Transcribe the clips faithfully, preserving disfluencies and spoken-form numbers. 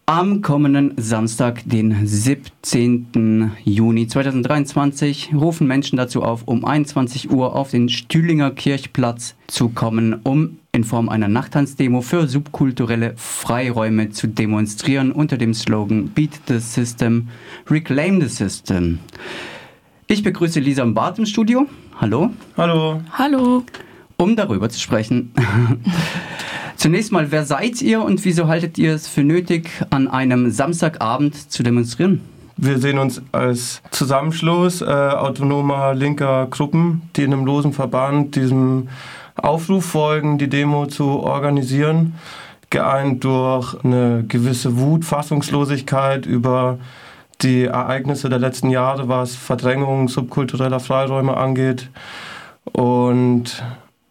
Am kommenden Samstag, den siebzehnten Juni zweitausenddreiundzwanzig, rufen Menschen dazu auf, um einundzwanzig Uhr auf den Stühlinger Kirchplatz zu kommen, um in Form einer Nachttanzdemo für subkulturelle Freiräume zu demonstrieren unter dem Slogan Beat the System, Reclaim the System. Ich begrüße Lisa und Bart im Studio. Hallo. Hallo. Hallo. Um darüber zu sprechen. Zunächst mal, wer seid ihr und wieso haltet ihr es für nötig, an einem Samstagabend zu demonstrieren? Wir sehen uns als Zusammenschluss äh, autonomer linker Gruppen, die in einem losen Verband diesem Aufruf folgen, die Demo zu organisieren, geeint durch eine gewisse Wut, Fassungslosigkeit über die Ereignisse der letzten Jahre, was Verdrängung subkultureller Freiräume angeht. Und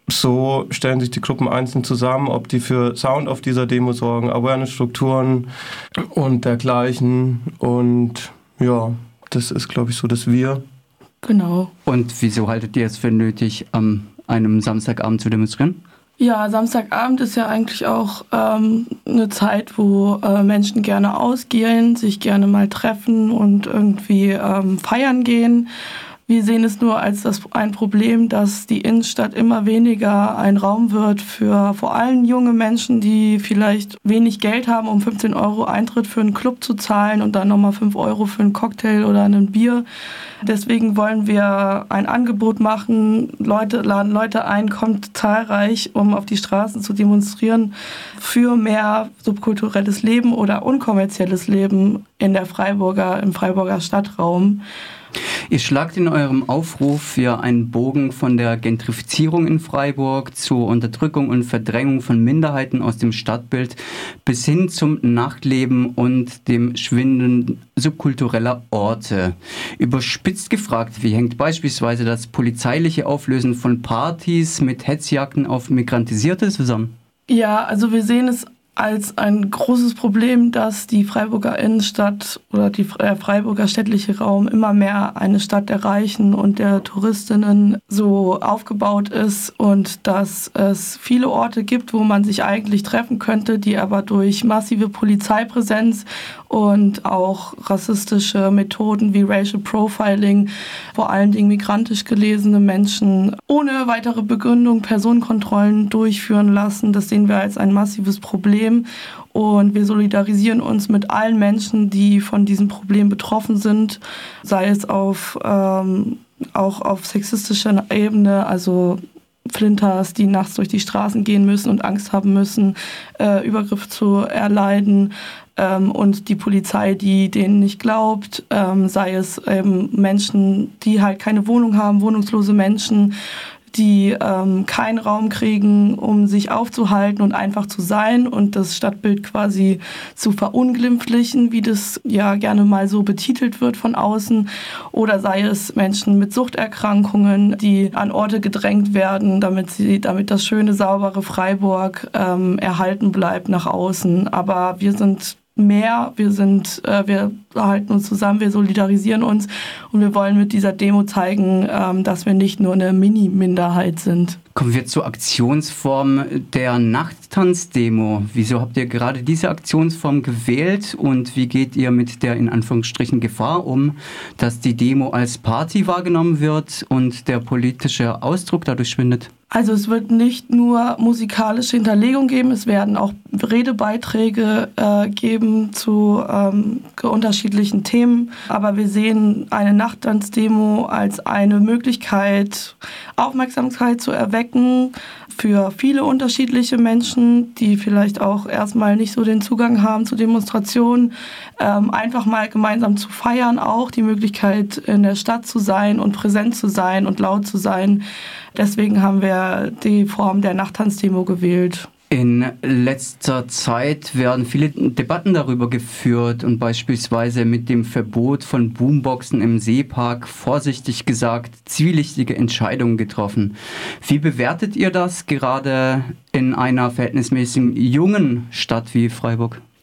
so stellen sich die Gruppen einzeln zusammen, ob die für Sound auf dieser Demo sorgen, Awareness-Strukturen und dergleichen. Und ja, das ist, glaube ich, so das Wir. Genau. Und wieso haltet ihr es für nötig, an einem Samstagabend zu demonstrieren? Ja, Samstagabend ist ja eigentlich auch ähm, eine Zeit, wo äh, Menschen gerne ausgehen, sich gerne mal treffen und irgendwie ähm, feiern gehen. Wir sehen es nur als das ein Problem, dass die Innenstadt immer weniger ein Raum wird für vor allem junge Menschen, die vielleicht wenig Geld haben, um fünfzehn Euro Eintritt für einen Club zu zahlen und dann nochmal fünf Euro für einen Cocktail oder ein Bier. Deswegen wollen wir ein Angebot machen, Leute laden Leute ein, kommt zahlreich, um auf die Straßen zu demonstrieren für mehr subkulturelles Leben oder unkommerzielles Leben in der Freiburger, im Freiburger Stadtraum. Ihr schlagt in eurem Aufruf ja einen Bogen von der Gentrifizierung in Freiburg zur Unterdrückung und Verdrängung von Minderheiten aus dem Stadtbild bis hin zum Nachtleben und dem Schwinden subkultureller Orte. Überspitzt gefragt, wie hängt beispielsweise das polizeiliche Auflösen von Partys mit Hetzjagden auf Migrantisierte zusammen? Ja, also wir sehen es als ein großes Problem, dass die Freiburger Innenstadt oder die der Freiburger städtliche Raum immer mehr eine Stadt der Reichen und der Touristinnen so aufgebaut ist und dass es viele Orte gibt, wo man sich eigentlich treffen könnte, die aber durch massive Polizeipräsenz und auch rassistische Methoden wie Racial Profiling, vor allen Dingen migrantisch gelesene Menschen ohne weitere Begründung Personenkontrollen durchführen lassen. Das sehen wir als ein massives Problem. Und wir solidarisieren uns mit allen Menschen, die von diesem Problem betroffen sind, sei es auf, ähm, auch auf sexistischer Ebene, also Flinters, die nachts durch die Straßen gehen müssen und Angst haben müssen, äh, Übergriff zu erleiden, ähm, und die Polizei, die denen nicht glaubt, ähm, sei es eben Menschen, die halt keine Wohnung haben, wohnungslose Menschen, die ähm, keinen Raum kriegen, um sich aufzuhalten und einfach zu sein und das Stadtbild quasi zu verunglimpflichen, wie das ja gerne mal so betitelt wird von außen. Oder sei es Menschen mit Suchterkrankungen, die an Orte gedrängt werden, damit sie, damit das schöne, saubere Freiburg ähm, erhalten bleibt nach außen. Aber wir sind mehr, wir sind, äh, wir halten uns zusammen, wir solidarisieren uns und wir wollen mit dieser Demo zeigen, ähm, dass wir nicht nur eine Mini-Minderheit sind. Kommen wir zur Aktionsform der Nachttanzdemo. Wieso habt ihr gerade diese Aktionsform gewählt und wie geht ihr mit der in Anführungsstrichen Gefahr um, dass die Demo als Party wahrgenommen wird und der politische Ausdruck dadurch schwindet? Also es wird nicht nur musikalische Hinterlegung geben, es werden auch Redebeiträge äh, geben zu ähm, unterschiedlichen Themen. Aber wir sehen eine Nachttanzdemo als eine Möglichkeit, Aufmerksamkeit zu erwecken für viele unterschiedliche Menschen, die vielleicht auch erstmal nicht so den Zugang haben zu Demonstrationen, ähm, einfach mal gemeinsam zu feiern, auch die Möglichkeit in der Stadt zu sein und präsent zu sein und laut zu sein. Deswegen haben wir die Form der Nachttanzdemo gewählt. In letzter Zeit werden viele Debatten darüber geführt und beispielsweise mit dem Verbot von Boomboxen im Seepark, vorsichtig gesagt, zwielichtige Entscheidungen getroffen. Wie bewertet ihr das gerade in einer verhältnismäßig jungen Stadt wie Freiburg?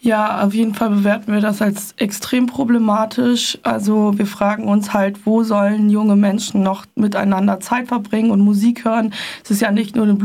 Ja, auf jeden Fall bewerten wir das als extrem problematisch. Also wir fragen uns halt, wo sollen junge Menschen noch miteinander Zeit verbringen und Musik hören? Es ist ja nicht nur ein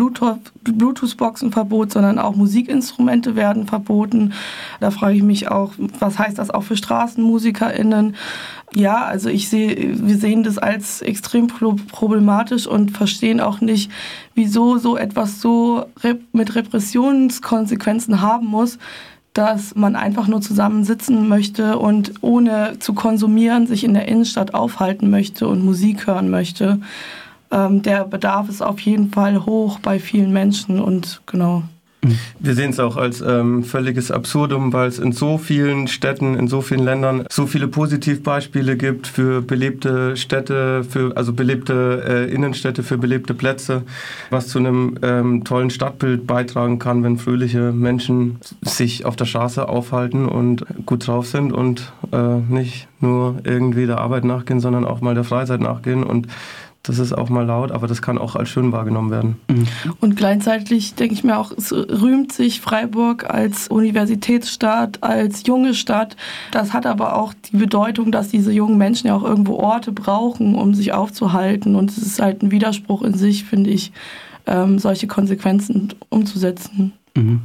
Bluetooth-Boxenverbot, sondern auch Musikinstrumente werden verboten. Da frage ich mich auch, was heißt das auch für StraßenmusikerInnen? Ja, also ich sehe, wir sehen das als extrem problematisch und verstehen auch nicht, wieso so etwas so mit Repressionskonsequenzen haben muss, dass man einfach nur zusammen sitzen möchte und ohne zu konsumieren sich in der Innenstadt aufhalten möchte und Musik hören möchte. Ähm, der Bedarf ist auf jeden Fall hoch bei vielen Menschen und genau. Wir sehen es auch als ähm, völliges Absurdum, weil es in so vielen Städten, in so vielen Ländern so viele Positivbeispiele gibt für belebte Städte, für also belebte äh, Innenstädte, für belebte Plätze, was zu einem ähm, tollen Stadtbild beitragen kann, wenn fröhliche Menschen sich auf der Straße aufhalten und gut drauf sind und äh, nicht nur irgendwie der Arbeit nachgehen, sondern auch mal der Freizeit nachgehen. Und das ist auch mal laut, aber das kann auch als schön wahrgenommen werden. Und gleichzeitig denke ich mir auch, es rühmt sich Freiburg als Universitätsstadt, als junge Stadt. Das hat aber auch die Bedeutung, dass diese jungen Menschen ja auch irgendwo Orte brauchen, um sich aufzuhalten. Und es ist halt ein Widerspruch in sich, finde ich, ähm, solche Konsequenzen umzusetzen. Mhm.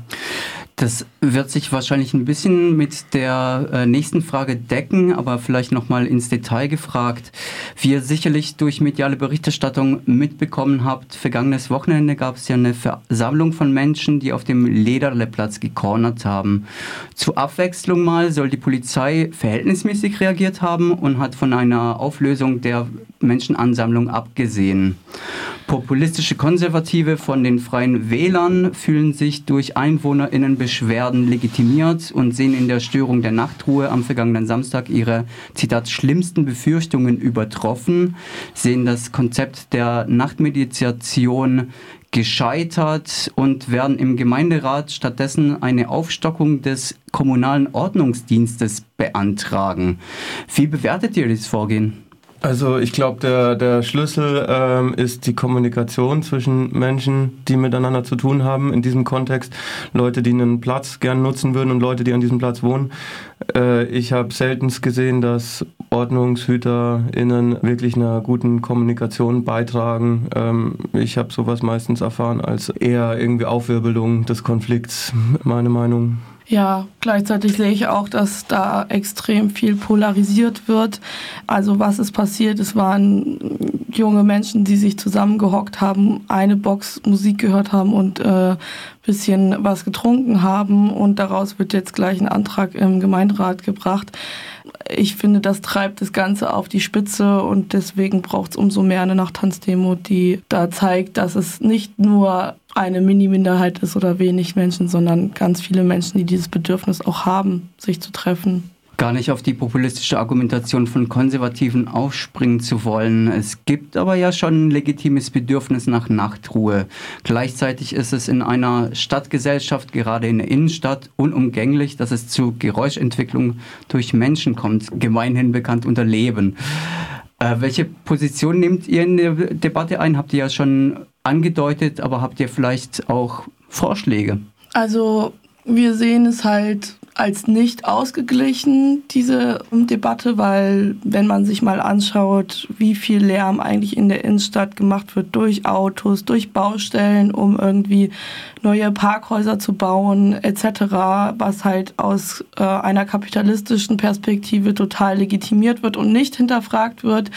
Das wird sich wahrscheinlich ein bisschen mit der äh, nächsten Frage decken, aber vielleicht nochmal ins Detail gefragt. Wie ihr sicherlich durch mediale Berichterstattung mitbekommen habt, vergangenes Wochenende gab es ja eine Versammlung von Menschen, die auf dem Lederleplatz gecornert haben. Zur Abwechslung mal soll die Polizei verhältnismäßig reagiert haben und hat von einer Auflösung der Menschenansammlung abgesehen. Populistische Konservative von den Freien Wählern fühlen sich durch EinwohnerInnenbeschwerden legitimiert und sehen in der Störung der Nachtruhe am vergangenen Samstag ihre, Zitat, schlimmsten Befürchtungen übertroffen, sehen das Konzept der Nachtmediation gescheitert und werden im Gemeinderat stattdessen eine Aufstockung des kommunalen Ordnungsdienstes beantragen. Wie bewertet ihr dieses Vorgehen? Also ich glaube, der, der Schlüssel ähm, ist die Kommunikation zwischen Menschen, die miteinander zu tun haben. In diesem Kontext Leute, die einen Platz gern nutzen würden und Leute, die an diesem Platz wohnen. Äh, ich habe seltenst gesehen, dass OrdnungshüterInnen wirklich einer guten Kommunikation beitragen. Ähm, ich habe sowas meistens erfahren als eher irgendwie Aufwirbelung des Konflikts, meine Meinung. Ja, gleichzeitig sehe ich auch, dass da extrem viel polarisiert wird. Also was ist passiert? Es waren junge Menschen, die sich zusammengehockt haben, eine Box Musik gehört haben und äh, bisschen was getrunken haben und daraus wird jetzt gleich ein Antrag im Gemeinderat gebracht. Ich finde, das treibt das Ganze auf die Spitze und deswegen braucht es umso mehr eine Nachttanzdemo, die da zeigt, dass es nicht nur eine Mini-Minderheit ist oder wenig Menschen, sondern ganz viele Menschen, die dieses Bedürfnis auch haben, sich zu treffen. Gar nicht auf die populistische Argumentation von Konservativen aufspringen zu wollen. Es gibt aber ja schon ein legitimes Bedürfnis nach Nachtruhe. Gleichzeitig ist es in einer Stadtgesellschaft, gerade in der Innenstadt, unumgänglich, dass es zu Geräuschentwicklung durch Menschen kommt, gemeinhin bekannt unter Leben. Äh, welche Position nehmt ihr in der Debatte ein? Habt ihr ja schon angedeutet, aber habt ihr vielleicht auch Vorschläge? Also wir sehen es halt als nicht ausgeglichen, diese Debatte, weil wenn man sich mal anschaut, wie viel Lärm eigentlich in der Innenstadt gemacht wird durch Autos, durch Baustellen, um irgendwie neue Parkhäuser zu bauen et cetera, was halt aus äh, einer kapitalistischen Perspektive total legitimiert wird und nicht hinterfragt wird.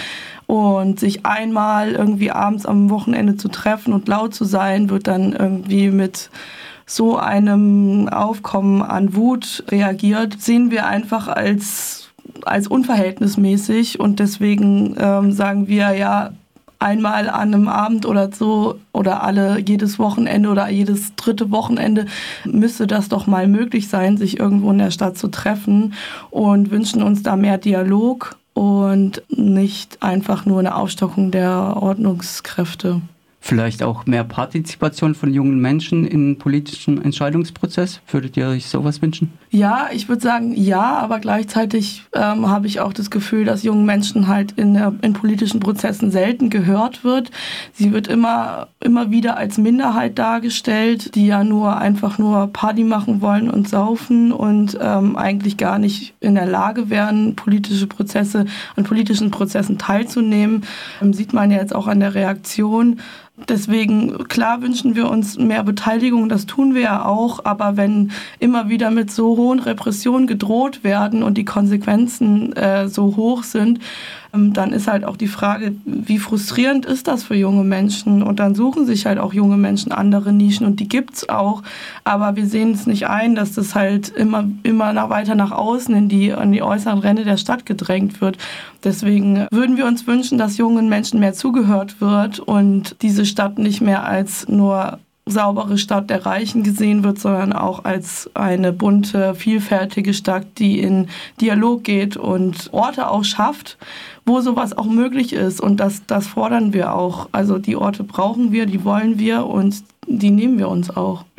Und sich einmal irgendwie abends am Wochenende zu treffen und laut zu sein, wird dann irgendwie mit so einem Aufkommen an Wut reagiert, sehen wir einfach als, als unverhältnismäßig und deswegen ähm, sagen wir ja einmal an einem Abend oder so oder alle jedes Wochenende oder jedes dritte Wochenende müsste das doch mal möglich sein, sich irgendwo in der Stadt zu treffen und wünschen uns da mehr Dialog und nicht einfach nur eine Aufstockung der Ordnungskräfte. Vielleicht auch mehr Partizipation von jungen Menschen im politischen Entscheidungsprozess? Würdet ihr euch sowas wünschen? Ja, ich würde sagen, ja, aber gleichzeitig ähm, habe ich auch das Gefühl, dass jungen Menschen halt in, der, in politischen Prozessen selten gehört wird. Sie wird immer, immer wieder als Minderheit dargestellt, die ja nur einfach nur Party machen wollen und saufen und ähm, eigentlich gar nicht in der Lage wären, politische Prozesse, an politischen Prozessen teilzunehmen. Ähm, sieht man ja jetzt auch an der Reaktion. Deswegen, klar wünschen wir uns mehr Beteiligung, das tun wir ja auch, aber wenn immer wieder mit so hohen Repressionen gedroht werden und die Konsequenzen äh, so hoch sind, ähm, dann ist halt auch die Frage, wie frustrierend ist das für junge Menschen? Und dann suchen sich halt auch junge Menschen andere Nischen und die gibt's auch, aber wir sehen es nicht ein, dass das halt immer, immer nach, weiter nach außen in die, in die äußeren Ränder der Stadt gedrängt wird. Deswegen würden wir uns wünschen, dass jungen Menschen mehr zugehört wird und diese Stadt nicht mehr als nur saubere Stadt der Reichen gesehen wird, sondern auch als eine bunte, vielfältige Stadt, die in Dialog geht und Orte auch schafft, wo sowas auch möglich ist. Und das, das fordern wir auch. Also die Orte brauchen wir, die wollen wir und die nehmen wir uns auch.